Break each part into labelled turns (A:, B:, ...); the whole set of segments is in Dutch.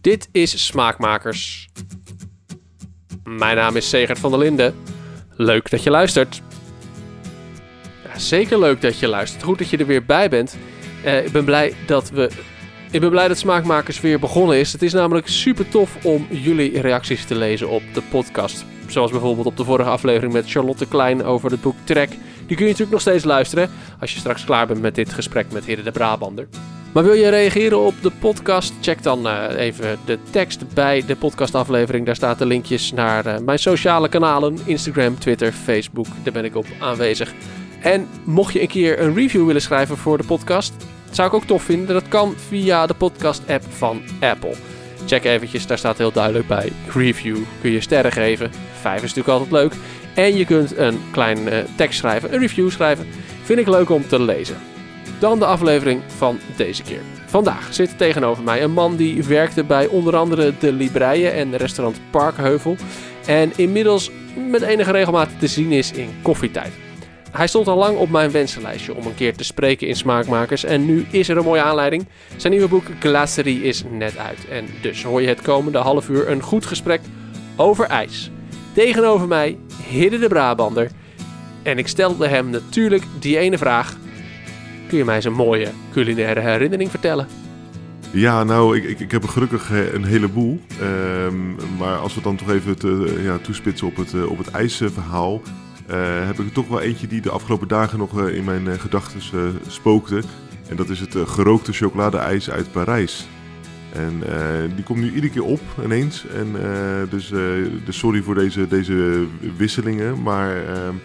A: Dit is Smaakmakers. Mijn naam is Segert van der Linden. Leuk dat je luistert. Ja, zeker leuk dat je luistert. Goed dat je er weer bij bent. Ik ben blij dat Smaakmakers weer begonnen is. Het is namelijk super tof om jullie reacties te lezen op de podcast. Zoals bijvoorbeeld op de vorige aflevering met Charlotte Klein over het boek Trek. Die kun je natuurlijk nog steeds luisteren als je straks klaar bent met dit gesprek met Hidde de Brabander. Maar wil je reageren op de podcast? Check dan even de tekst bij de podcastaflevering. Daar staan de linkjes naar mijn sociale kanalen. Instagram, Twitter, Facebook. Daar ben ik op aanwezig. En mocht je een keer een review willen schrijven voor de podcast, zou ik ook tof vinden. Dat kan via de podcast-app van Apple. Check eventjes, daar staat heel duidelijk bij review. Kun je sterren geven. 5 is natuurlijk altijd leuk. En je kunt een klein tekst schrijven, een review schrijven. Vind ik leuk om te lezen. Dan de aflevering van deze keer. Vandaag zit tegenover mij een man die werkte bij onder andere de Libreien en restaurant Parkheuvel. En inmiddels met enige regelmaat te zien is in Koffietijd. Hij stond al lang op mijn wensenlijstje om een keer te spreken in Smaakmakers. En nu is er een mooie aanleiding. Zijn nieuwe boek Glacerie is net uit. En dus hoor je het komende half uur een goed gesprek over ijs. Tegenover mij Hidde de Brabander. En ik stelde hem natuurlijk die ene vraag. Kun je mij eens een mooie culinaire herinnering vertellen?
B: Ja, nou, ik heb er gelukkig een heleboel. Maar als we dan toch even toespitsen op het ijsverhaal, heb ik er toch wel eentje die de afgelopen dagen nog in mijn gedachten spookte. En dat is het gerookte chocoladeijs uit Parijs. En die komt nu iedere keer op ineens. En dus sorry voor deze wisselingen, maar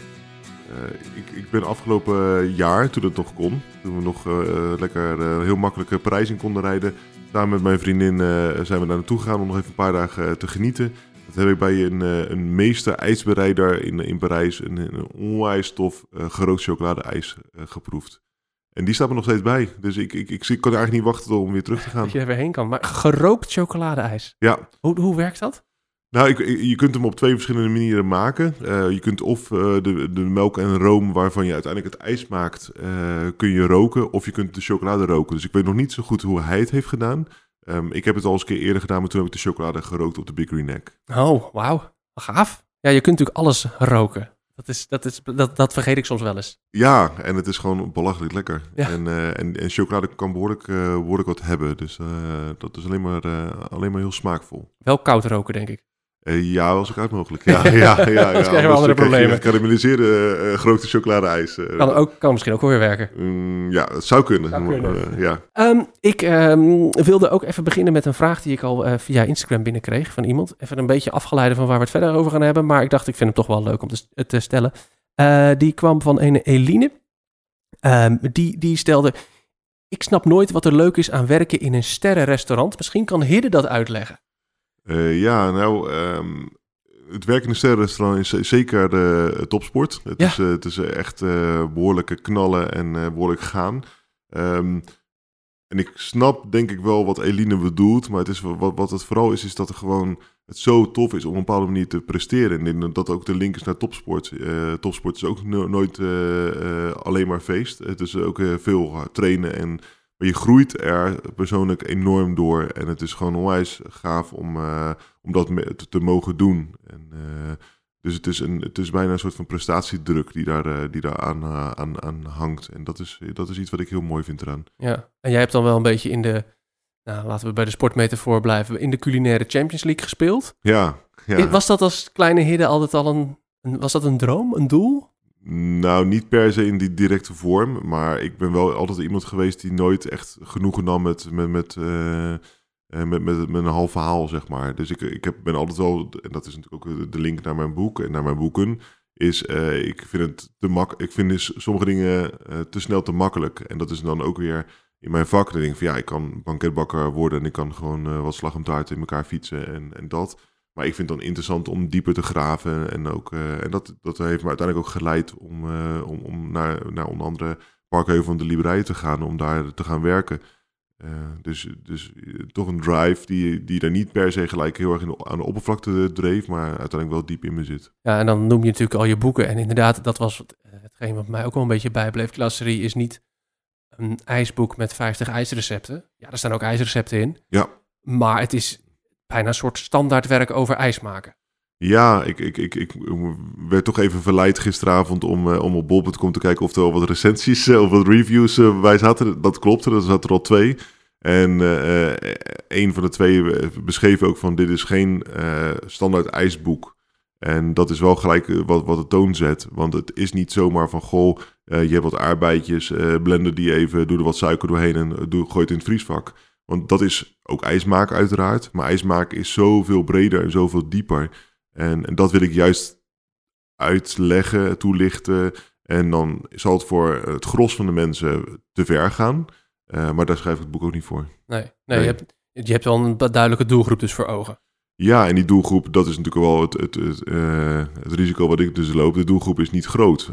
B: ik ben afgelopen jaar, toen het nog kon, toen we nog lekker heel makkelijk Parijs in konden rijden, samen met mijn vriendin zijn we daar naartoe gegaan om nog even een paar dagen te genieten. Dat heb ik bij een meester ijsbereider in Parijs, een onwijs tof gerookt chocoladeijs geproefd. En die staat er nog steeds bij, dus ik kan eigenlijk niet wachten om weer terug te gaan.
A: Dat je er weer heen kan, maar gerookt chocoladeijs.
B: Ja.
A: Hoe werkt dat?
B: Nou, je kunt hem op 2 verschillende manieren maken. Je kunt of de melk en room waarvan je uiteindelijk het ijs maakt, kun je roken. Of je kunt de chocolade roken. Dus ik weet nog niet zo goed hoe hij het heeft gedaan. Ik heb het al eens een keer eerder gedaan, maar toen heb ik de chocolade gerookt op de Big Green Egg.
A: Oh, wauw. Gaaf. Ja, je kunt natuurlijk alles roken. Dat vergeet ik soms wel eens.
B: Ja, en het is gewoon belachelijk lekker.
A: Ja.
B: En chocolade kan behoorlijk wat hebben. Dus dat is alleen maar heel smaakvol.
A: Wel koud roken, denk ik.
B: Ja, was ook uit mogelijk. Ja.
A: Anders krijgen we andere problemen.
B: Gekarameliseerde grote chocoladeijs.
A: Kan misschien ook wel weer werken.
B: Ja, het zou kunnen. Ja.
A: Ik wilde ook even beginnen met een vraag die ik al via Instagram binnenkreeg van iemand. Even een beetje afgeleiden van waar we het verder over gaan hebben. Maar ik dacht, ik vind hem toch wel leuk om te stellen. Die kwam van een Eline. Die stelde: ik snap nooit wat er leuk is aan werken in een sterrenrestaurant. Misschien kan Hidde dat uitleggen.
B: Het werken in een sterrenrestaurant is zeker de topsport. Het is echt behoorlijke knallen en behoorlijk gaan. En ik snap denk ik wel wat Eline bedoelt, maar wat het vooral is dat het zo tof is om op een bepaalde manier te presteren. En dat ook de link is naar topsport. Topsport is ook nooit alleen maar feest. Het is ook veel trainen maar je groeit er persoonlijk enorm door. En het is gewoon onwijs gaaf om dat te mogen doen. Dus het is bijna een soort van prestatiedruk die daar aan hangt. En dat is iets wat ik heel mooi vind eraan.
A: Ja, en jij hebt dan wel een beetje in de, laten we bij de sportmetafoor blijven, in de culinaire Champions League gespeeld.
B: Ja.
A: Was dat als kleine Hidde altijd al was dat een droom, een doel?
B: Nou, niet per se in die directe vorm, maar ik ben wel altijd iemand geweest die nooit echt genoegen nam met een half verhaal, zeg maar. Dus ik ben altijd wel, en dat is natuurlijk ook de link naar mijn boek en naar mijn boeken, is ik vind het ik vind sommige dingen te snel te makkelijk. En dat is dan ook weer in mijn vak. Dan denk ik van ik kan banketbakker worden en ik kan gewoon wat slag en taart in elkaar fietsen en dat. Maar ik vind het dan interessant om dieper te graven. En dat heeft me uiteindelijk ook geleid om naar onder andere Parkheuvel van de Libreien te gaan. Om daar te gaan werken. Dus toch een drive die daar niet per se gelijk heel erg aan de oppervlakte dreef. Maar uiteindelijk wel diep in me zit.
A: Ja, en dan noem je natuurlijk al je boeken. En inderdaad, dat was hetgeen wat mij ook wel een beetje bijbleef. Glacerie is niet een ijsboek met 50 ijsrecepten. Ja, er staan ook ijsrecepten in.
B: Ja.
A: Maar het is bijna een soort standaardwerk over ijs maken.
B: Ja, ik werd toch even verleid gisteravond om op bol.com te kijken of er al wat recensies of wat reviews bij zaten. Dat klopte, er zaten er al 2. En een van de 2 beschreef ook van dit is geen standaard ijsboek. En dat is wel gelijk wat de toon zet. Want het is niet zomaar van goh, je hebt wat aardbeidjes, blender die even, doe er wat suiker doorheen en gooi het in het vriesvak. Want dat is ook ijsmaken uiteraard. Maar ijsmaken is zoveel breder en zoveel dieper. En dat wil ik juist uitleggen, toelichten. En dan zal het voor het gros van de mensen te ver gaan. Maar daar schrijf ik het boek ook niet voor.
A: Nee. Je hebt wel een duidelijke doelgroep dus voor ogen.
B: Ja, en die doelgroep, dat is natuurlijk wel het risico wat ik dus loop. De doelgroep is niet groot.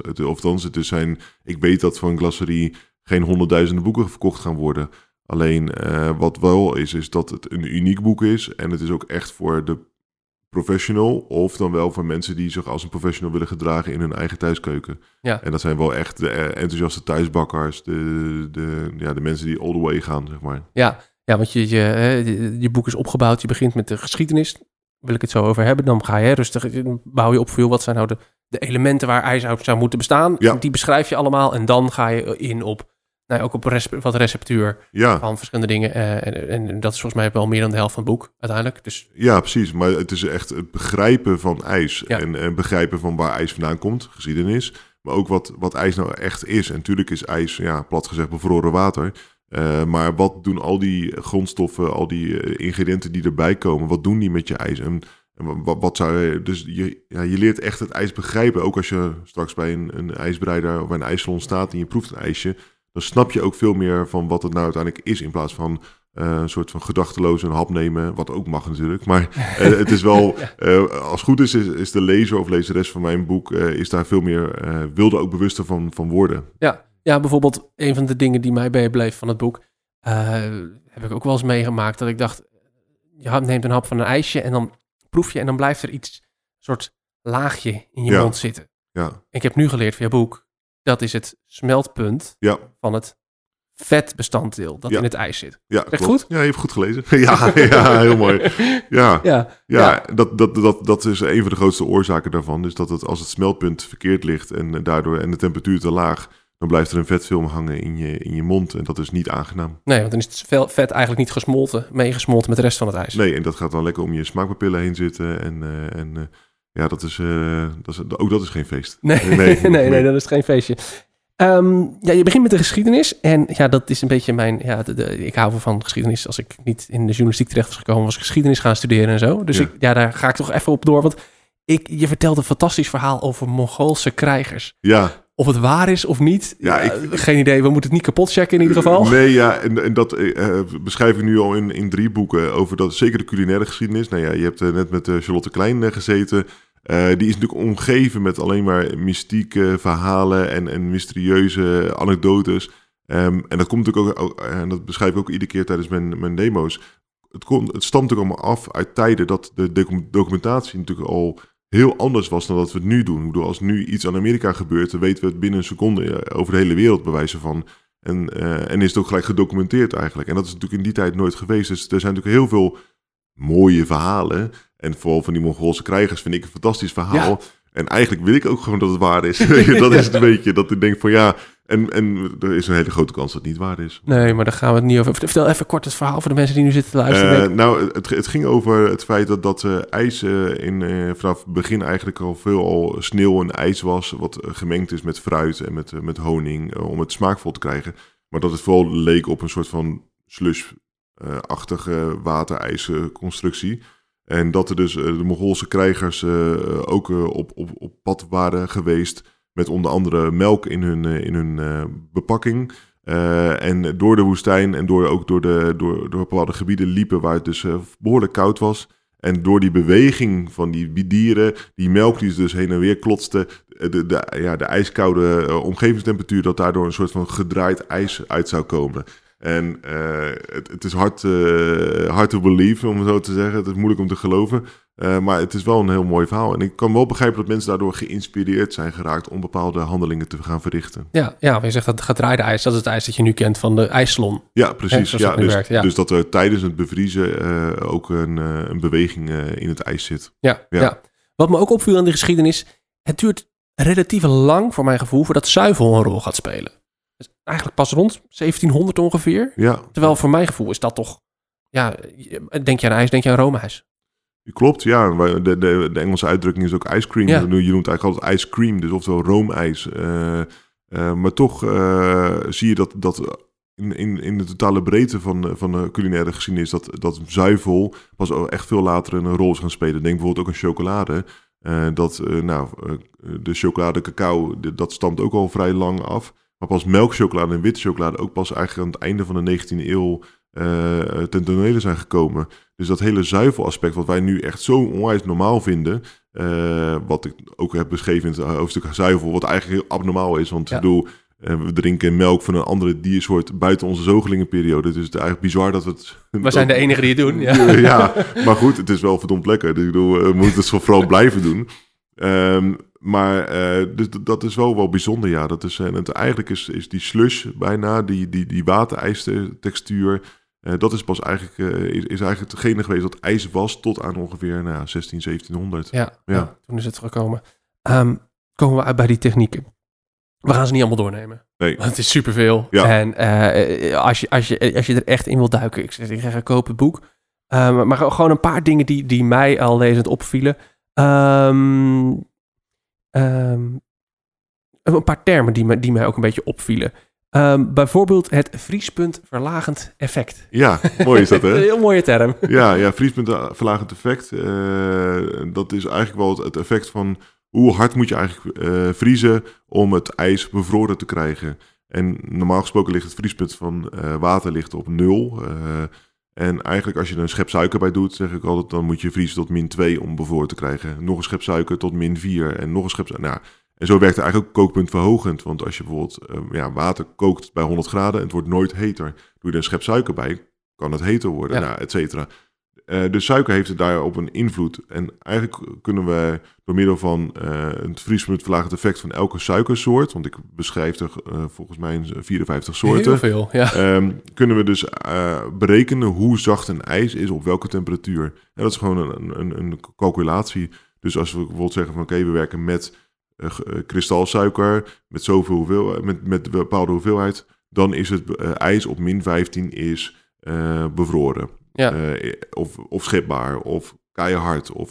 B: Ik weet dat van Glacerie geen 100.000 boeken verkocht gaan worden. Alleen wat wel is dat het een uniek boek is. En het is ook echt voor de professional, of dan wel voor mensen die zich als een professional willen gedragen in hun eigen thuiskeuken. Ja. En dat zijn wel echt de enthousiaste thuisbakkers, de mensen die all the way gaan, zeg maar.
A: Ja, want je boek is opgebouwd, je begint met de geschiedenis, wil ik het zo over hebben, dan ga je rustig, bouw je op voor wat zijn nou de elementen waar ijs uit zou moeten bestaan. Ja. Die beschrijf je allemaal en dan ga je in op ook op wat receptuur van verschillende dingen. En dat is volgens mij wel meer dan de helft van het boek uiteindelijk. Dus... Ja,
B: precies. Maar het is echt het begrijpen van ijs. Ja. En begrijpen van waar ijs vandaan komt, geschiedenis. Maar ook wat ijs nou echt is. En natuurlijk is ijs, plat gezegd, bevroren water. Maar wat doen al die grondstoffen, al die ingrediënten die erbij komen, wat doen die met je ijs? En wat zou je... Dus je leert echt het ijs begrijpen. Ook als je straks bij een ijsbereider of bij een ijssalon staat en je proeft een ijsje, dan snap je ook veel meer van wat het nou uiteindelijk is, in plaats van een soort van gedachteloos een hap nemen, wat ook mag natuurlijk. Maar het is wel, als het goed is de lezer of lezeres van mijn boek, is daar veel meer, wilde ook bewuster van worden.
A: Ja, bijvoorbeeld een van de dingen die mij bijbleef van het boek, heb ik ook wel eens meegemaakt, dat ik dacht, je neemt een hap van een ijsje en dan proef je en dan blijft er iets, een soort laagje in je mond zitten. Ja. Ik heb nu geleerd via boek, dat is het smeltpunt van het vetbestanddeel dat in het ijs zit.
B: Ja, klopt. Goed? Ja, je hebt goed gelezen. ja, heel mooi. Ja. Dat is een van de grootste oorzaken daarvan. Dus dat als het smeltpunt verkeerd ligt en de temperatuur te laag, dan blijft er een vetfilm hangen in je mond. En dat is niet aangenaam.
A: Nee, want dan is het vet eigenlijk niet meegesmolten met de rest van het ijs.
B: Nee, en dat gaat dan lekker om je smaakpapillen heen zitten. Ja, dat is geen feest.
A: Nee, dat is geen feestje. Je begint met de geschiedenis. En dat is een beetje mijn... ik hou van geschiedenis. Als ik niet in de journalistiek terecht was gekomen, was ik geschiedenis gaan studeren en zo. Dus daar ga ik toch even op door. Want je vertelde een fantastisch verhaal over Mongoolse krijgers. Ja. Of het waar is of niet, geen idee. We moeten het niet kapot checken in ieder geval.
B: Nee, en dat beschrijf ik nu al in 3 boeken over dat, zeker de culinaire geschiedenis. Nou ja, je hebt net met Charlotte Klein gezeten. Die is natuurlijk omgeven met alleen maar mystieke verhalen en mysterieuze anekdotes. En dat komt natuurlijk ook, en dat beschrijf ik ook iedere keer tijdens mijn demo's. Het stamt ook allemaal af uit tijden dat de documentatie natuurlijk al heel anders was dan dat we het nu doen. Ik bedoel, als nu iets aan Amerika gebeurt, dan weten we het binnen een seconde over de hele wereld bij wijze van. En is het ook gelijk gedocumenteerd eigenlijk. En dat is natuurlijk in die tijd nooit geweest. Dus er zijn natuurlijk heel veel mooie verhalen. En vooral van die Mongoolse krijgers vind ik een fantastisch verhaal. Ja. En eigenlijk wil ik ook gewoon dat het waar is. Dat is het een beetje dat ik denk van en er is een hele grote kans dat het niet waar is.
A: Nee, maar daar gaan we het niet over. Vertel even kort het verhaal voor de mensen die nu zitten te luisteren.
B: Het ging over het feit dat ijs vanaf het begin eigenlijk al sneeuw en ijs was, wat gemengd is met fruit en met honing, om het smaakvol te krijgen. Maar dat het vooral leek op een soort van slush-achtige waterijsconstructie. En dat er dus de Mongoolse krijgers ook op pad waren geweest met onder andere melk in hun bepakking. En door de woestijn en door bepaalde gebieden liepen waar het dus behoorlijk koud was. En door die beweging van die dieren, die melk die dus heen en weer klotste, de ijskoude omgevingstemperatuur, dat daardoor een soort van gedraaid ijs uit zou komen. En het is hard to believe, om het zo te zeggen. Het is moeilijk om te geloven. Maar het is wel een heel mooi verhaal. En ik kan wel begrijpen dat mensen daardoor geïnspireerd zijn geraakt om bepaalde handelingen te gaan verrichten.
A: Ja, maar je zegt dat het gedraaide ijs, dat is het ijs dat je nu kent van de ijssalon.
B: Ja, precies.
A: Dus
B: dat er tijdens het bevriezen ook een beweging in het ijs zit.
A: Ja. Wat me ook opviel aan de geschiedenis, het duurt relatief lang voor mijn gevoel voordat zuivel een rol gaat spelen. Dus eigenlijk pas rond 1700 ongeveer.
B: Ja.
A: Terwijl voor mijn gevoel is dat toch, denk je aan ijs, denk je aan roomijs.
B: Klopt, ja. De Engelse uitdrukking is ook ice cream.
A: Ja.
B: Je noemt eigenlijk altijd ice cream, dus oftewel roomijs. Maar toch zie je dat in de totale breedte van de culinaire geschiedenis dat zuivel pas echt veel later een rol is gaan spelen. Denk bijvoorbeeld ook aan chocolade. De chocolade cacao, dat stamt ook al vrij lang af. Maar pas melkchocolade en witte chocolade ook pas eigenlijk aan het einde van de 19e eeuw ten tonele zijn gekomen. Dus dat hele zuivelaspect wat wij nu echt zo onwijs normaal vinden, wat ik ook heb beschreven in het hoofdstuk zuivel, wat eigenlijk heel abnormaal is. Want ik bedoel, we drinken melk van een andere diersoort buiten onze zogelingenperiode. Dus het is eigenlijk bizar dat we het...
A: We zijn de enigen die het doen.
B: Ja, maar goed, het is wel verdomd lekker. Dus ik bedoel, we moeten het vooral blijven doen. Dus dat is wel bijzonder, ja. Dat is, eigenlijk is die slush bijna, die waterijstextuur, dat is pas eigenlijk hetgene geweest dat ijs was tot aan ongeveer 1700. Ja,
A: toen is het gekomen. Komen we uit bij die technieken. We gaan ze niet allemaal doornemen.
B: Nee.
A: Want het is superveel.
B: Ja.
A: En als je er echt in wil duiken, ik zeg, koop het boek. Maar gewoon een paar dingen die mij al lezend opvielen. Een paar termen die mij ook een beetje opvielen. Bijvoorbeeld het vriespuntverlagend effect.
B: Ja, mooi is dat, hè?
A: Een heel mooie term.
B: Ja, vriespuntverlagend effect. Dat is eigenlijk wel het effect van hoe hard moet je eigenlijk vriezen om het ijs bevroren te krijgen. En normaal gesproken ligt het vriespunt van water op 0. En eigenlijk als je er een schep suiker bij doet, zeg ik altijd, dan moet je vriezen tot -2 om bevroren te krijgen. Nog een schep suiker tot -4 en nog een schep suiker. En zo werkt het eigenlijk ook kookpuntverhogend. Want als je bijvoorbeeld water kookt bij 100 graden en het wordt nooit heter. Doe je er een schep suiker bij, kan het heter worden, et cetera. Dus suiker heeft er daarop een invloed. En eigenlijk kunnen we door middel van het vriespuntverlagend effect van elke suikersoort, want ik beschrijf er volgens mij 54 soorten.
A: Heel veel, ja.
B: Kunnen we dus berekenen hoe zacht een ijs is op welke temperatuur. En dat is gewoon een calculatie. Dus als we bijvoorbeeld zeggen van oké, we werken met kristalsuiker, met zoveel hoeveelheid, met een bepaalde hoeveelheid, dan is het ijs op -15 is bevroren.
A: Ja.
B: Of schepbaar, of keihard, of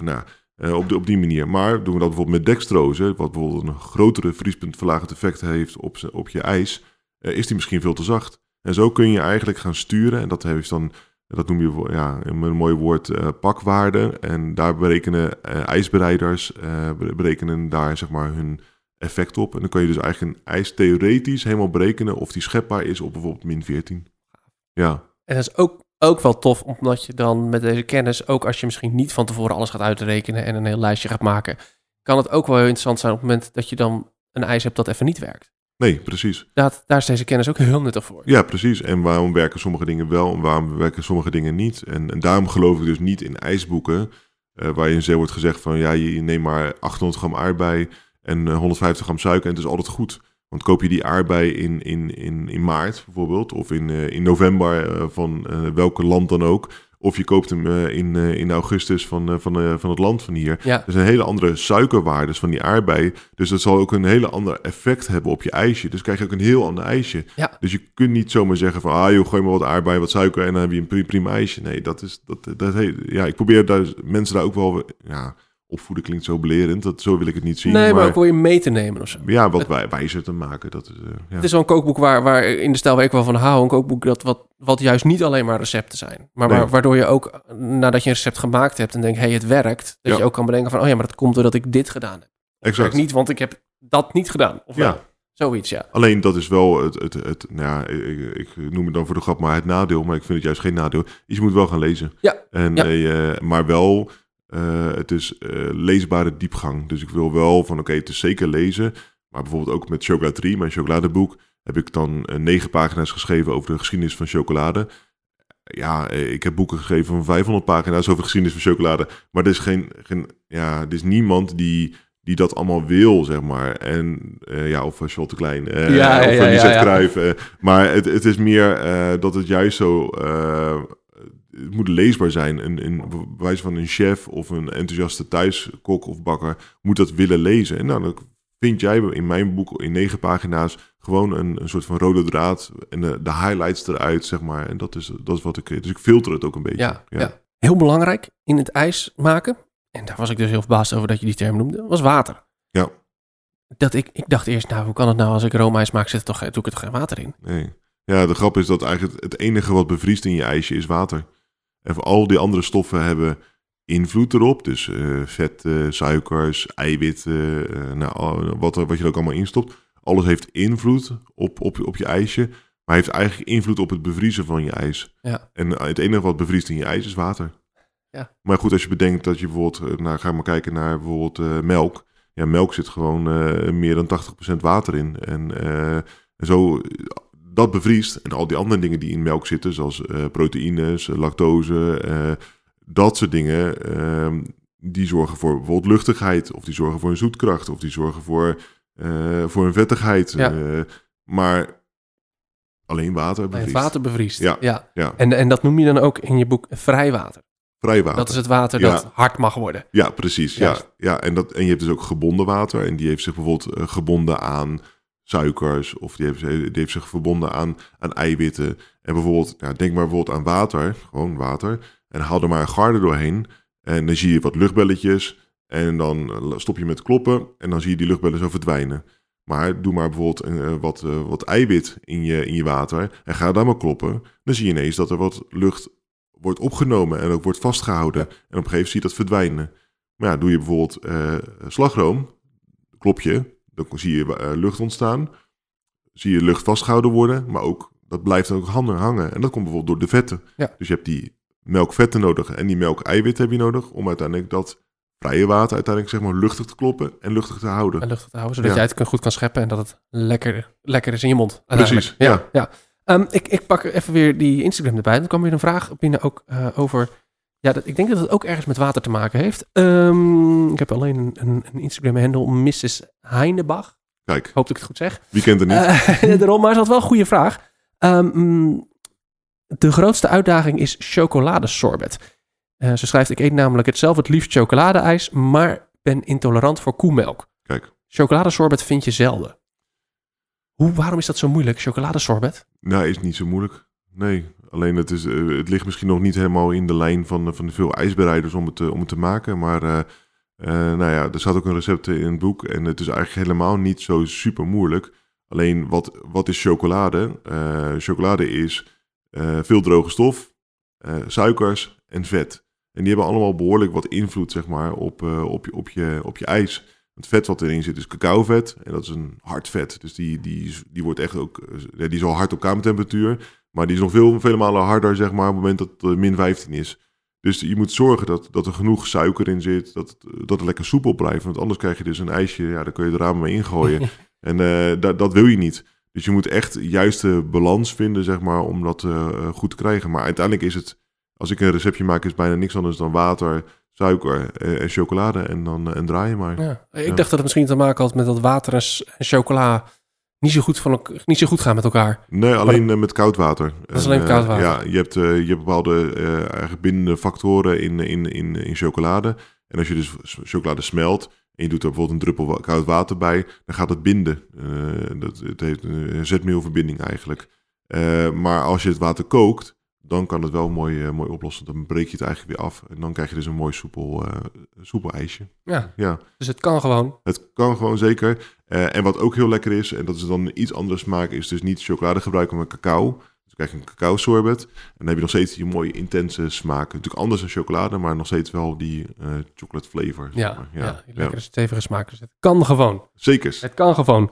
B: op die manier. Maar doen we dat bijvoorbeeld met dextrose, wat bijvoorbeeld een grotere vriespuntverlagend effect heeft op je ijs, is die misschien veel te zacht. En zo kun je eigenlijk gaan sturen, en dat heeft dan, dat noem je met een mooi woord, pakwaarde. En daar berekenen ijsbereiders berekenen daar zeg maar hun effect op. En dan kan je dus eigenlijk een ijs theoretisch helemaal berekenen of die schepbaar is op bijvoorbeeld -14. Ja.
A: En dat is ook wel tof, omdat je dan met deze kennis, ook als je misschien niet van tevoren alles gaat uitrekenen en een heel lijstje gaat maken, kan het ook wel heel interessant zijn op het moment dat je dan een ijs hebt dat even niet werkt.
B: Nee, precies.
A: Daar is deze kennis ook heel nuttig voor.
B: Ja, precies. En waarom werken sommige dingen wel en waarom werken sommige dingen niet? En daarom geloof ik dus niet in ijsboeken, waarin wordt gezegd van je neemt maar 800 gram aardbei en 150 gram suiker en het is altijd goed. Want koop je die aardbei in maart bijvoorbeeld, of in november van welk land dan ook, of je koopt hem in augustus van het land van hier.
A: Ja.
B: Er zijn hele andere suikerwaardes van die aardbei, dus dat zal ook een hele ander effect hebben op je ijsje. Dus krijg je ook een heel ander ijsje. Ja. Dus je kunt niet zomaar zeggen van, gooi maar wat aardbei, wat suiker en dan heb je een prima ijsje. Nee, ik probeer mensen daar ook wel... opvoeden klinkt zo belerend, zo wil ik het niet zien.
A: Nee, maar ook wil je mee te nemen of zo.
B: Ja, wat wijzer te maken. Dat is,
A: Het is wel een kookboek waar in de stijl waar ik wel van hou. Een kookboek wat juist niet alleen maar recepten zijn. Maar waardoor je ook, nadat je een recept gemaakt hebt en denkt, het werkt. Dat je ook kan bedenken van, maar dat komt doordat ik dit gedaan heb.
B: Exact.
A: Werkt niet, want ik heb dat niet gedaan. Of wel? Zoiets, ja.
B: Alleen dat is wel ik noem het dan voor de grap maar het nadeel, maar ik vind het juist geen nadeel. Je moet wel gaan lezen.
A: Ja.
B: Maar wel... het is leesbare diepgang. Dus ik wil wel van, het is zeker lezen. Maar bijvoorbeeld ook met Chocolat 3, mijn chocoladeboek. heb ik dan 9 pagina's geschreven over de geschiedenis van chocolade. Ja, ik heb boeken geschreven van 500 pagina's over de geschiedenis van chocolade. Maar er is er is niemand die dat allemaal wil, zeg maar. En of Charles de Klein, of Lisette Cruijff. Maar het is meer dat het juist zo... het moet leesbaar zijn. Een wijze van een chef of een enthousiaste thuiskok of bakker moet dat willen lezen. En dan vind jij in mijn boek in 9 pagina's gewoon een soort van rode draad en de highlights eruit, zeg maar. En dat is wat ik... Dus ik filter het ook een beetje.
A: Ja. Heel belangrijk in het ijs maken, en daar was ik dus heel verbaasd over dat je die term noemde, was water.
B: Ja.
A: Ik dacht eerst, hoe kan het nou als ik roomijs maak, doe ik er toch geen water in?
B: Nee. Ja, de grap is dat eigenlijk het enige wat bevriest in je ijsje is water. En voor al die andere stoffen hebben invloed erop. Dus vet, suikers, eiwitten, wat je er ook allemaal instopt. Alles heeft invloed op je ijsje. Maar heeft eigenlijk invloed op het bevriezen van je ijs. Ja. En het enige wat bevriest in je ijs is water. Ja. Maar goed, als je bedenkt dat je bijvoorbeeld... ga maar kijken naar bijvoorbeeld melk. Ja, melk zit gewoon meer dan 80% water in. En zo... Dat bevriest. En al die andere dingen die in melk zitten, zoals proteïnes, lactose, dat soort dingen, die zorgen voor bijvoorbeeld luchtigheid, of die zorgen voor een zoetkracht, of die zorgen voor een vettigheid. Ja. Maar alleen water bevriest.
A: Water bevriest,
B: ja.
A: En dat noem je dan ook in je boek vrijwater.
B: Vrijwater.
A: Dat is het water dat hard mag worden.
B: Ja, precies. Ja. En je hebt dus ook gebonden water. En die heeft zich bijvoorbeeld gebonden aan suikers, of die heeft zich verbonden aan eiwitten. En bijvoorbeeld, denk maar bijvoorbeeld aan water, gewoon water, en haal er maar een garde doorheen. En dan zie je wat luchtbelletjes, en dan stop je met kloppen, en dan zie je die luchtbellen zo verdwijnen. Maar doe maar bijvoorbeeld wat eiwit in je water, en ga daar maar kloppen. Dan zie je ineens dat er wat lucht wordt opgenomen, en ook wordt vastgehouden. En op een gegeven moment zie je dat verdwijnen. Maar ja, doe je bijvoorbeeld slagroom, klop je, dan zie je lucht ontstaan. Zie je lucht vastgehouden worden. Maar ook, dat blijft ook hangen. En dat komt bijvoorbeeld door de vetten. Ja. Dus je hebt die melkvetten nodig. En die melkeiwit heb je nodig. Om uiteindelijk dat vrije water uiteindelijk zeg maar luchtig te kloppen. En luchtig te houden.
A: Zodat jij het goed kan scheppen. En dat het lekker is in je mond.
B: Precies, ja.
A: Ik pak even weer die Instagram erbij. Dan kwam weer een vraag binnen ook over... Ja, ik denk dat het ook ergens met water te maken heeft. Ik heb alleen een Instagram-handle, Mrs. Heinebach.
B: Kijk.
A: Hoop dat ik het goed zeg.
B: Wie kent het niet?
A: Daarom, maar ze had wel een goede vraag. De grootste uitdaging is chocoladesorbet. Ze schrijft, ik eet namelijk het liefst chocoladeijs, maar ben intolerant voor koemelk.
B: Kijk.
A: Chocoladesorbet vind je zelden. Waarom is dat zo moeilijk, chocoladesorbet?
B: Nou, is niet zo moeilijk. Nee, alleen het ligt misschien nog niet helemaal in de lijn van veel ijsbereiders om het te maken. Maar er staat ook een recept in het boek en het is eigenlijk helemaal niet zo super moeilijk. Alleen, wat is chocolade? Chocolade is veel droge stof, suikers en vet. En die hebben allemaal behoorlijk wat invloed, zeg maar, op je ijs. Het vet wat erin zit is cacaovet en dat is een hard vet. Dus die wordt echt ook, die is al hard op kamertemperatuur. Maar die is nog vele malen harder, zeg maar, op het moment dat het min 15 is. Dus je moet zorgen dat er genoeg suiker in zit, dat het lekker soepel blijft. Want anders krijg je dus een ijsje, daar kun je de ramen mee ingooien. En dat wil je niet. Dus je moet echt de juiste balans vinden, zeg maar, om dat goed te krijgen. Maar uiteindelijk is het, als ik een receptje maak, is bijna niks anders dan water, suiker en chocolade en draai je maar.
A: Ja. Ik dacht dat het misschien te maken had met dat water en chocola niet zo goed gaan met elkaar.
B: Nee, alleen met koud water.
A: Dat is alleen koud water.
B: Ja, je hebt bepaalde eigenlijk bindende factoren in chocolade. En als je dus chocolade smelt en je doet er bijvoorbeeld een druppel koud water bij, dan gaat het binden. Het heeft een zetmeelverbinding eigenlijk. Maar als je het water kookt, dan kan het wel mooi oplossen. Dan breek je het eigenlijk weer af. En dan krijg je dus een mooi soepel ijsje.
A: Ja. Dus het kan gewoon.
B: Het kan gewoon, zeker. En wat ook heel lekker is, en dat is dan een iets andere smaak, is dus niet chocolade gebruiken, maar cacao. Dus dan krijg je een cacao sorbet. En dan heb je nog steeds die mooie intense smaak. Natuurlijk anders dan chocolade, maar nog steeds wel die chocolate flavor.
A: Ja, die lekkere stevige smaak. Dus het kan gewoon.
B: Zeker.
A: Het kan gewoon.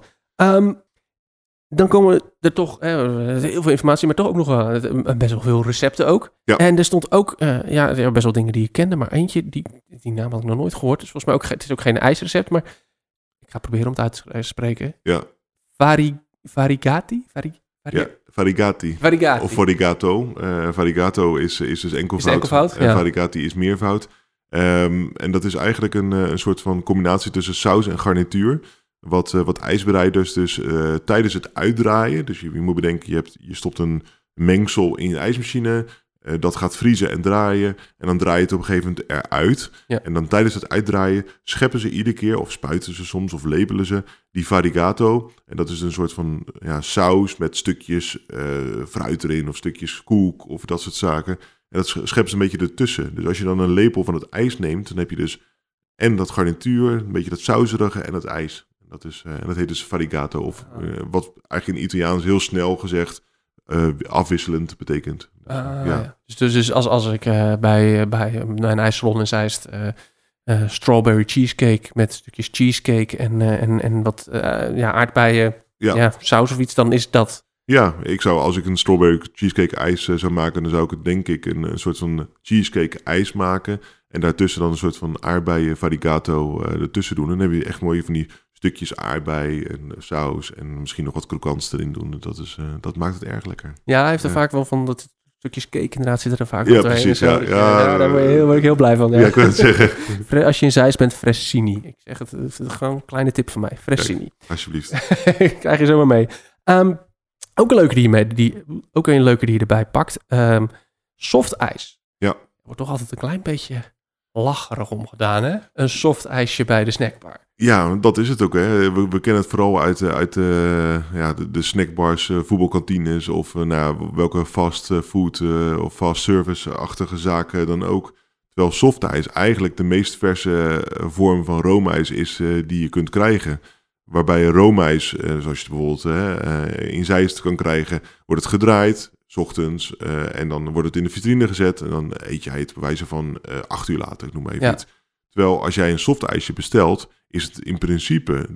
A: Dan komen er toch heel veel informatie, maar toch ook nog best wel veel recepten ook. Ja. En er stond ook best wel dingen die ik kende, maar eentje, die naam had ik nog nooit gehoord. Dus volgens mij het is ook geen ijsrecept, maar ik ga proberen om het uit te spreken.
B: Ja.
A: Variegati?
B: Ja, variegati. Of varigato. Varigato is dus enkelvoud. En variegati is meervoud. En dat is eigenlijk een soort van combinatie tussen saus en garnituur. Wat ijsbereiders dus tijdens het uitdraaien. Dus je moet bedenken, je stopt een mengsel in je ijsmachine. Dat gaat vriezen en draaien. En dan draai je het op een gegeven moment eruit. Ja. En dan tijdens het uitdraaien scheppen ze iedere keer, of spuiten ze soms, of labelen ze die variegato. En dat is een soort van saus met stukjes fruit erin, of stukjes koek, of dat soort zaken. En dat scheppen ze een beetje ertussen. Dus als je dan een lepel van het ijs neemt, dan heb je dus en dat garnituur, een beetje dat sauserige en het ijs. En dat heet dus variegato, of wat eigenlijk in Italiaans heel snel gezegd afwisselend betekent.
A: Ja. Dus als ik bij een ijssalon in Zeist strawberry cheesecake met stukjes cheesecake en wat aardbeien, saus of iets, dan is dat.
B: Ja, als ik een strawberry cheesecake ijs zou maken, dan zou ik het denk ik een soort van cheesecake ijs maken. En daartussen dan een soort van aardbeien variegato ertussen doen. En dan heb je echt mooi van die stukjes aardbei en saus en misschien nog wat krokants erin doen. Dat maakt het erg lekker.
A: Ja, hij heeft er vaak wel van dat stukjes cake inderdaad zitten er vaak.
B: Ja, precies.
A: Daar word ik heel blij van. Ja,
B: ik wil het zeggen.
A: Als je in Zeist bent, Fressini. Ik zeg het gewoon een kleine tip van mij. Fressini.
B: Kijk, alsjeblieft.
A: Krijg je zomaar mee. Ook een leuke die je erbij pakt. Soft ijs.
B: Ja.
A: Er wordt toch altijd een klein beetje lacherig om gedaan, hè? Een soft ijsje bij de snackbar.
B: Ja, dat is het ook, hè. We kennen het vooral uit de snackbars, voetbalkantines of welke fast food of fast service-achtige zaken dan ook. Terwijl softijs eigenlijk de meest verse vorm van roomijs is die je kunt krijgen. Waarbij roomijs, zoals je het bijvoorbeeld in Zeist kan krijgen, wordt het gedraaid, 's ochtends, en dan wordt het in de vitrine gezet en dan eet jij het bij wijze van 8 uur later, ik noem maar even iets. Terwijl als jij een softijsje bestelt, is het in principe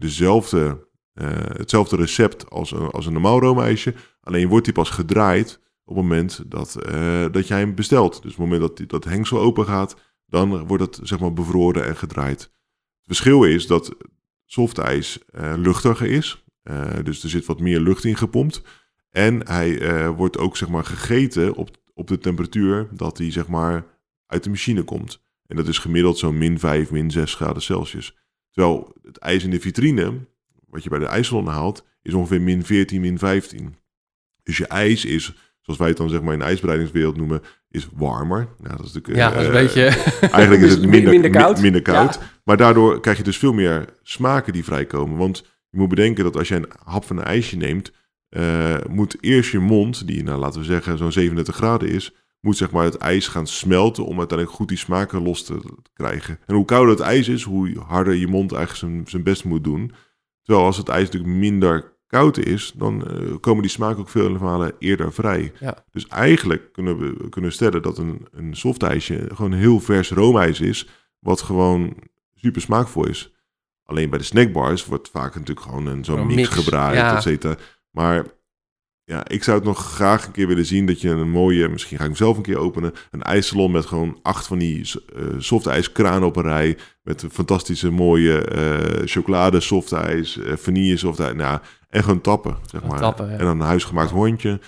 B: hetzelfde recept als een normaal roomijsje. Alleen wordt die pas gedraaid op het moment dat jij hem bestelt. Dus op het moment dat dat hengsel open gaat, dan wordt het zeg maar bevroren en gedraaid. Het verschil is dat softijs luchtiger is. Dus er zit wat meer lucht in gepompt. En hij wordt ook zeg maar gegeten op de temperatuur dat hij zeg maar uit de machine komt. En dat is gemiddeld zo'n -5, -6 graden Celsius. Terwijl het ijs in de vitrine, wat je bij de ijssalon haalt, is ongeveer -14, -15. Dus je ijs is, zoals wij het dan zeg maar in de ijsbereidingswereld noemen, is warmer. Nou, dat is natuurlijk,
A: dat is een beetje.
B: Eigenlijk is het minder koud.
A: Ja.
B: Maar daardoor krijg je dus veel meer smaken die vrijkomen. Want je moet bedenken dat als je een hap van een ijsje neemt, moet eerst je mond, die laten we zeggen zo'n 37 graden is, moet zeg maar het ijs gaan smelten om uiteindelijk goed die smaken los te krijgen. En hoe kouder het ijs is, hoe harder je mond eigenlijk zijn best moet doen. Terwijl als het ijs natuurlijk minder koud is, dan komen die smaken ook veel malen eerder vrij. Ja. Dus eigenlijk kunnen we stellen dat een softijsje gewoon heel vers roomijs is, wat gewoon super smaakvol is. Alleen bij de snackbars wordt vaak natuurlijk gewoon zo'n mix gebraaid, et cetera. Maar ja, ik zou het nog graag een keer willen zien dat je een mooie, misschien ga ik hem zelf een keer openen, een ijssalon met gewoon 8 van die softijskranen op een rij, met een fantastische mooie chocolade softijs, vanille softijs, en gewoon tappen, zeg maar. Tappen, ja. En dan een huisgemaakt hondje.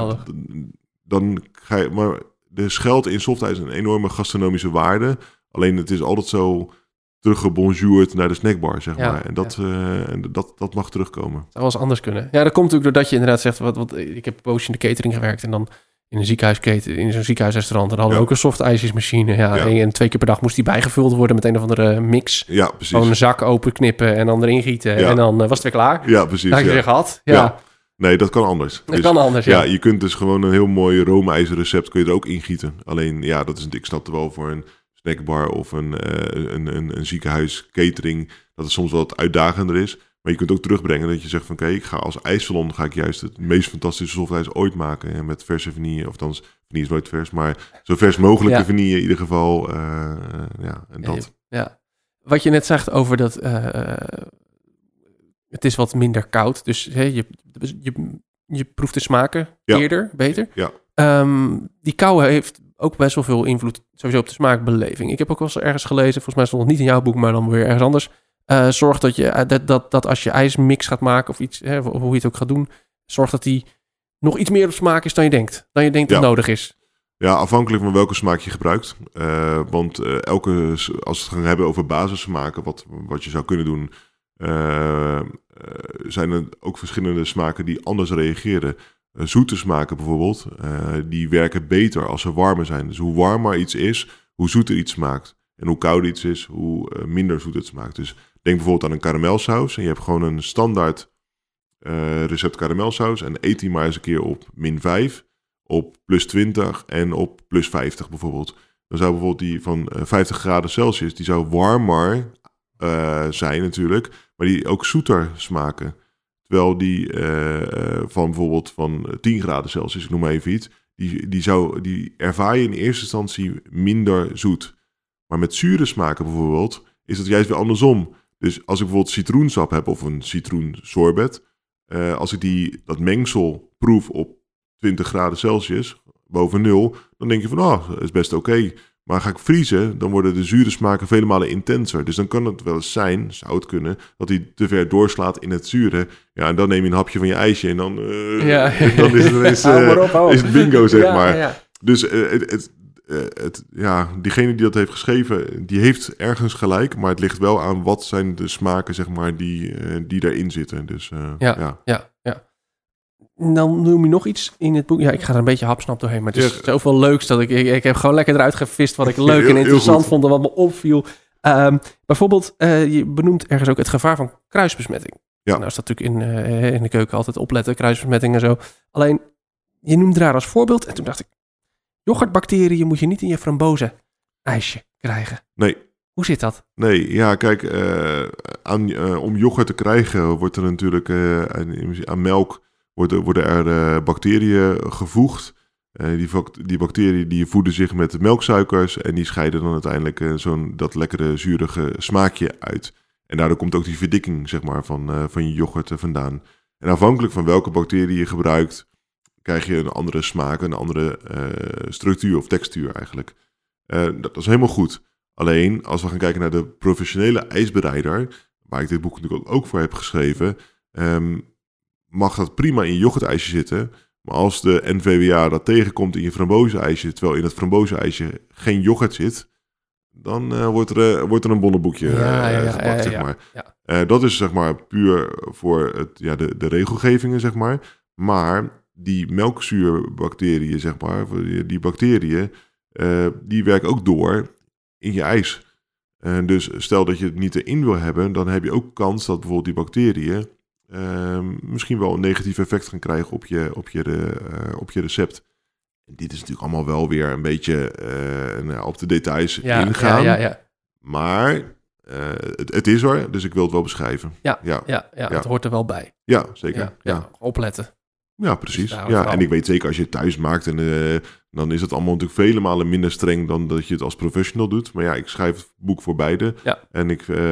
B: Dan ga je, maar er schuilt in softijs een enorme gastronomische waarde, alleen het is altijd zo teruggebonjourd naar de snackbar, zeg maar. En dat mag terugkomen. Dat
A: zou wel eens anders kunnen. Ja, dat komt natuurlijk doordat je inderdaad zegt, wat ik heb een poosje in de catering gewerkt en dan in een ziekenhuisketen, in zo'n ziekenhuisrestaurant, en dan hadden we ook een soft ijsjesmachine. En 2 keer per dag moest die bijgevuld worden met een of andere mix.
B: Ja, precies.
A: Gewoon een zak openknippen en dan erin gieten en dan was het weer klaar.
B: Ja, precies.
A: Dat had je weer gehad. Ja.
B: Nee, dat kan anders.
A: Dat kan anders,
B: ja. Je kunt dus gewoon een heel mooi roomijsrecept kun je er ook ingieten. Alleen, dat is, ik snap er wel voor een snackbar of een ziekenhuis catering, dat het soms wel wat uitdagender is. Maar je kunt ook terugbrengen dat je zegt van oké, ik ga als ijssalon juist het meest fantastische softijs ooit maken. En met verse vanille, of althans, vanille is nooit vers, maar zo vers mogelijke vanille in ieder geval. En dat.
A: Ja. Wat je net zegt over dat het is wat minder koud, dus je proeft de smaken eerder, beter.
B: Ja.
A: Die kou heeft ook best wel veel invloed sowieso op de smaakbeleving. Ik heb ook wel eens ergens gelezen, volgens mij stond het niet in jouw boek, maar dan weer ergens anders. Zorg dat je dat als je ijsmix gaat maken of iets, of hoe je het ook gaat doen, zorg dat die nog iets meer op smaak is dan je denkt. Dat nodig is.
B: Ja, afhankelijk van welke smaak je gebruikt. Want als we het gaan hebben over basissmaken, wat je zou kunnen doen, zijn er ook verschillende smaken die anders reageren. Zoete smaken bijvoorbeeld, die werken beter als ze warmer zijn. Dus hoe warmer iets is, hoe zoeter iets smaakt. En hoe kouder iets is, hoe minder zoet het smaakt. Dus denk bijvoorbeeld aan een karamelsaus. En je hebt gewoon een standaard recept karamelsaus. En eet die maar eens een keer op -5, op +20 en op +50 bijvoorbeeld. Dan zou bijvoorbeeld die van 50 graden Celsius, die zou warmer zijn natuurlijk, maar die ook zoeter smaken. Terwijl die van bijvoorbeeld van 10 graden Celsius, ik noem maar even iets, die ervaar je in eerste instantie minder zoet. Maar met zure smaken bijvoorbeeld is het juist weer andersom. Dus als ik bijvoorbeeld citroensap heb of een citroensorbet, als ik dat mengsel proef op 20 graden Celsius, boven 0, dan denk je van, dat is best oké. Maar ga ik vriezen, dan worden de zure smaken vele malen intenser. Dus dan kan het wel eens zijn, zou het kunnen, dat hij te ver doorslaat in het zure. Ja, en dan neem je een hapje van je ijsje en dan, dan is het ineens is het bingo, zeg maar. Ja. Dus diegene die dat heeft geschreven, die heeft ergens gelijk. Maar het ligt wel aan wat zijn de smaken, zeg maar, die daarin zitten. Dus ja.
A: Dan noem je nog iets in het boek. Ja, ik ga er een beetje hapsnap doorheen. Maar het is zoveel leuks dat ik heb gewoon lekker eruit gevist wat ik leuk en interessant vond en wat me opviel. Bijvoorbeeld, je benoemt ergens ook het gevaar van kruisbesmetting. Ja. Nou is dat natuurlijk in de keuken altijd opletten, kruisbesmetting en zo. Alleen, je noemde daar als voorbeeld. En toen dacht ik, yoghurtbacteriën moet je niet in je frambozen ijsje krijgen.
B: Nee.
A: Hoe zit dat?
B: Nee, ja, kijk, om yoghurt te krijgen wordt er natuurlijk aan melk worden er bacteriën gevoegd. Die bacteriën die voeden zich met melksuikers en die scheiden dan uiteindelijk dat lekkere zurige smaakje uit. En daardoor komt ook die verdikking, zeg maar, van je yoghurt vandaan. En afhankelijk van welke bacterie je gebruikt, krijg je een andere smaak, een andere structuur of textuur eigenlijk. Dat is helemaal goed. Alleen, als we gaan kijken naar de professionele ijsbereider, waar ik dit boek natuurlijk ook voor heb geschreven, mag dat prima in je yoghurtijsje zitten. Maar als de NVWA dat tegenkomt in je frambozenijsje, terwijl in het frambozenijsje geen yoghurt zit, dan wordt er een bonnenboekje gepakt, zeg maar. Ja. Dat is, zeg maar, puur voor de regelgevingen, zeg maar. Maar die melkzuurbacteriën, zeg maar, die bacteriën, die werken ook door in je ijs. Dus stel dat je het niet erin wil hebben, dan heb je ook kans dat bijvoorbeeld die bacteriën misschien wel een negatief effect gaan krijgen op je recept. En dit is natuurlijk allemaal wel weer een beetje op de details ingaan. Ja. Maar het is er, dus ik wil het wel beschrijven. Ja,
A: het hoort er wel bij.
B: Ja, zeker. Ja.
A: Opletten.
B: Ja, precies. Ja, en ik weet zeker als je het thuis maakt, en dan is het allemaal natuurlijk vele malen minder streng dan dat je het als professional doet. Maar ja, ik schrijf het boek voor beide. Ja. En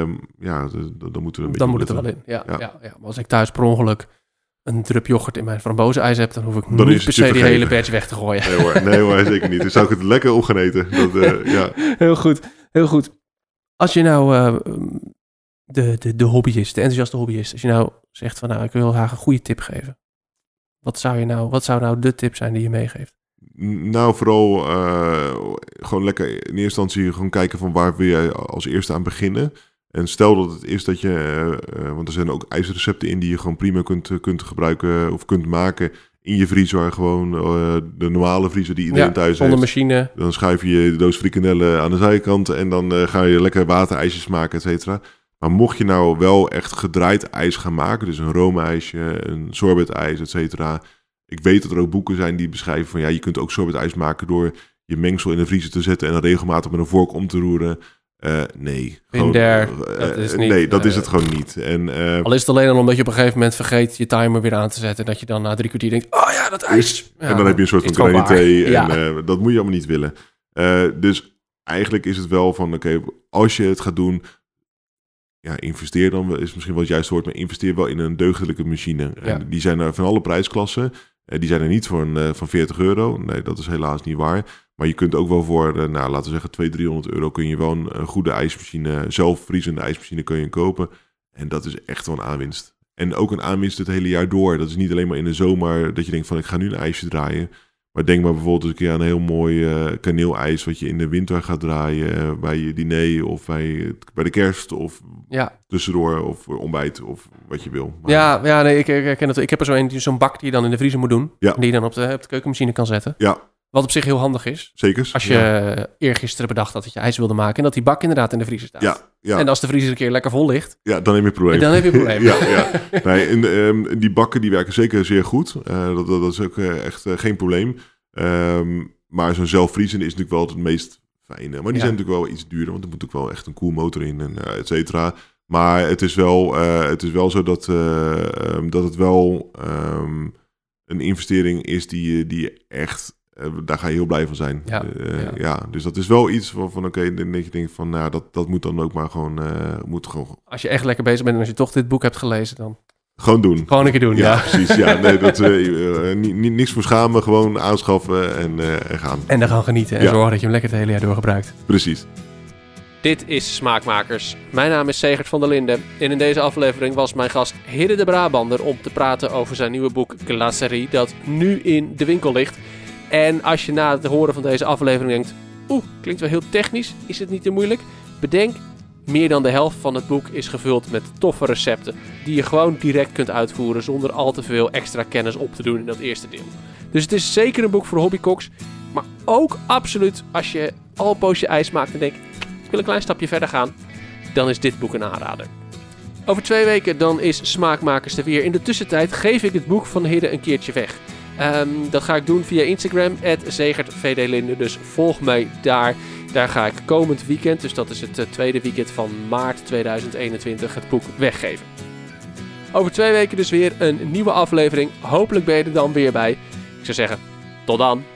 B: dan moeten we een beetje.
A: Dan moet het er wel in. Ja. Maar als ik thuis per ongeluk een drup yoghurt in mijn frambozenijs heb, dan hoef ik niet per se die hele batch weg te gooien.
B: Nee hoor, zeker niet. Dan zou ik het lekker op gaan eten.
A: Heel goed. Als je nou de hobbyist, de enthousiaste hobbyist, als je nou zegt van ik wil graag een goede tip geven. Wat zou nou de tip zijn die je meegeeft?
B: Nou, vooral gewoon lekker in eerste instantie gewoon kijken van waar wil jij als eerste aan beginnen. En stel dat het is dat je, want er zijn ook ijsrecepten in die je gewoon prima kunt gebruiken of kunt maken in je vriezer. Gewoon de normale vriezer die iedereen thuis heeft.
A: Zonder machine.
B: Dan schuif je de doos frikandellen aan de zijkant en dan ga je lekker waterijsjes maken, et cetera. Maar mocht je nou wel echt gedraaid ijs gaan maken, dus een roomijsje, een sorbetijs, et cetera. Ik weet dat er ook boeken zijn die beschrijven van je kunt ook sorbetijs maken door je mengsel in de vriezer te zetten en dan regelmatig met een vork om te roeren. Nee. Dat is het gewoon niet. En,
A: al is het alleen al omdat je op een gegeven moment vergeet je timer weer aan te zetten. Dat je dan na 3 kwartier denkt, dat ijs.
B: En dan heb je een soort van granité. En dat moet je allemaal niet willen. Dus eigenlijk is het wel van, als je het gaat doen, investeer dan, is misschien wel het juiste woord, maar investeer wel in een deugdelijke machine. En die zijn er van alle prijsklassen. Die zijn er niet van €40. Nee, dat is helaas niet waar. Maar je kunt ook wel voor, laten we zeggen, €200-300 kun je wel een goede ijsmachine, zelfvriezende ijsmachine kun je kopen. En dat is echt wel een aanwinst. En ook een aanwinst het hele jaar door. Dat is niet alleen maar in de zomer dat je denkt van ik ga nu een ijsje draaien. Maar denk maar bijvoorbeeld eens een keer aan een heel mooi kaneelijs wat je in de winter gaat draaien bij je diner of bij de kerst of tussendoor of ontbijt of wat je wil.
A: Maar... Nee, ik herken het. Ik heb er zo'n bak die je dan in de vriezer moet doen. Die je dan op de keukenmachine kan zetten.
B: Ja.
A: Wat op zich heel handig is.
B: Zeker.
A: Als je eergisteren bedacht had dat je ijs wilde maken en dat die bak inderdaad in de vriezer staat. Ja. En als de vriezer een keer lekker vol ligt.
B: Ja, dan heb je een probleem. Nee, die bakken die werken zeker zeer goed. Dat is ook echt geen probleem. Maar zo'n zelfvriezende is natuurlijk wel het meest fijne. Maar die zijn natuurlijk wel iets duurder, want er moet ook wel echt een koelmotor in en et cetera. Maar het is wel zo dat het wel een investering is die echt... daar ga je heel blij van zijn. Dus dat is wel iets van oké, dat je denkt van, dat moet dan ook maar gewoon...
A: Als je echt lekker bezig bent en als je toch dit boek hebt gelezen, dan...
B: Gewoon doen.
A: Gewoon een keer doen, ja.
B: Precies, ja. Nee, niks voor schamen, gewoon aanschaffen en gaan.
A: En dan gaan genieten en zorgen dat je hem lekker het hele jaar door gebruikt.
B: Precies.
A: Dit is Smaakmakers. Mijn naam is Segert van der Linden. En in deze aflevering was mijn gast Hidde de Brabander om te praten over zijn nieuwe boek Glacerie, dat nu in de winkel ligt. En als je na het horen van deze aflevering denkt, klinkt wel heel technisch, is het niet te moeilijk? Bedenk, meer dan de helft van het boek is gevuld met toffe recepten die je gewoon direct kunt uitvoeren zonder al te veel extra kennis op te doen in dat eerste deel. Dus het is zeker een boek voor hobbykoks, maar ook absoluut als je al een poosje ijs maakt en denkt, ik wil een klein stapje verder gaan, dan is dit boek een aanrader. Over 2 weken dan is Smaakmakers er weer. In de tussentijd geef ik het boek van Hidde een keertje weg. Dat ga ik doen via Instagram, @ZegertVDLinde. Dus volg mij daar. Daar ga ik komend weekend, dus dat is het tweede weekend van maart 2021, het boek weggeven. Over 2 weken dus weer een nieuwe aflevering. Hopelijk ben je er dan weer bij. Ik zou zeggen, tot dan.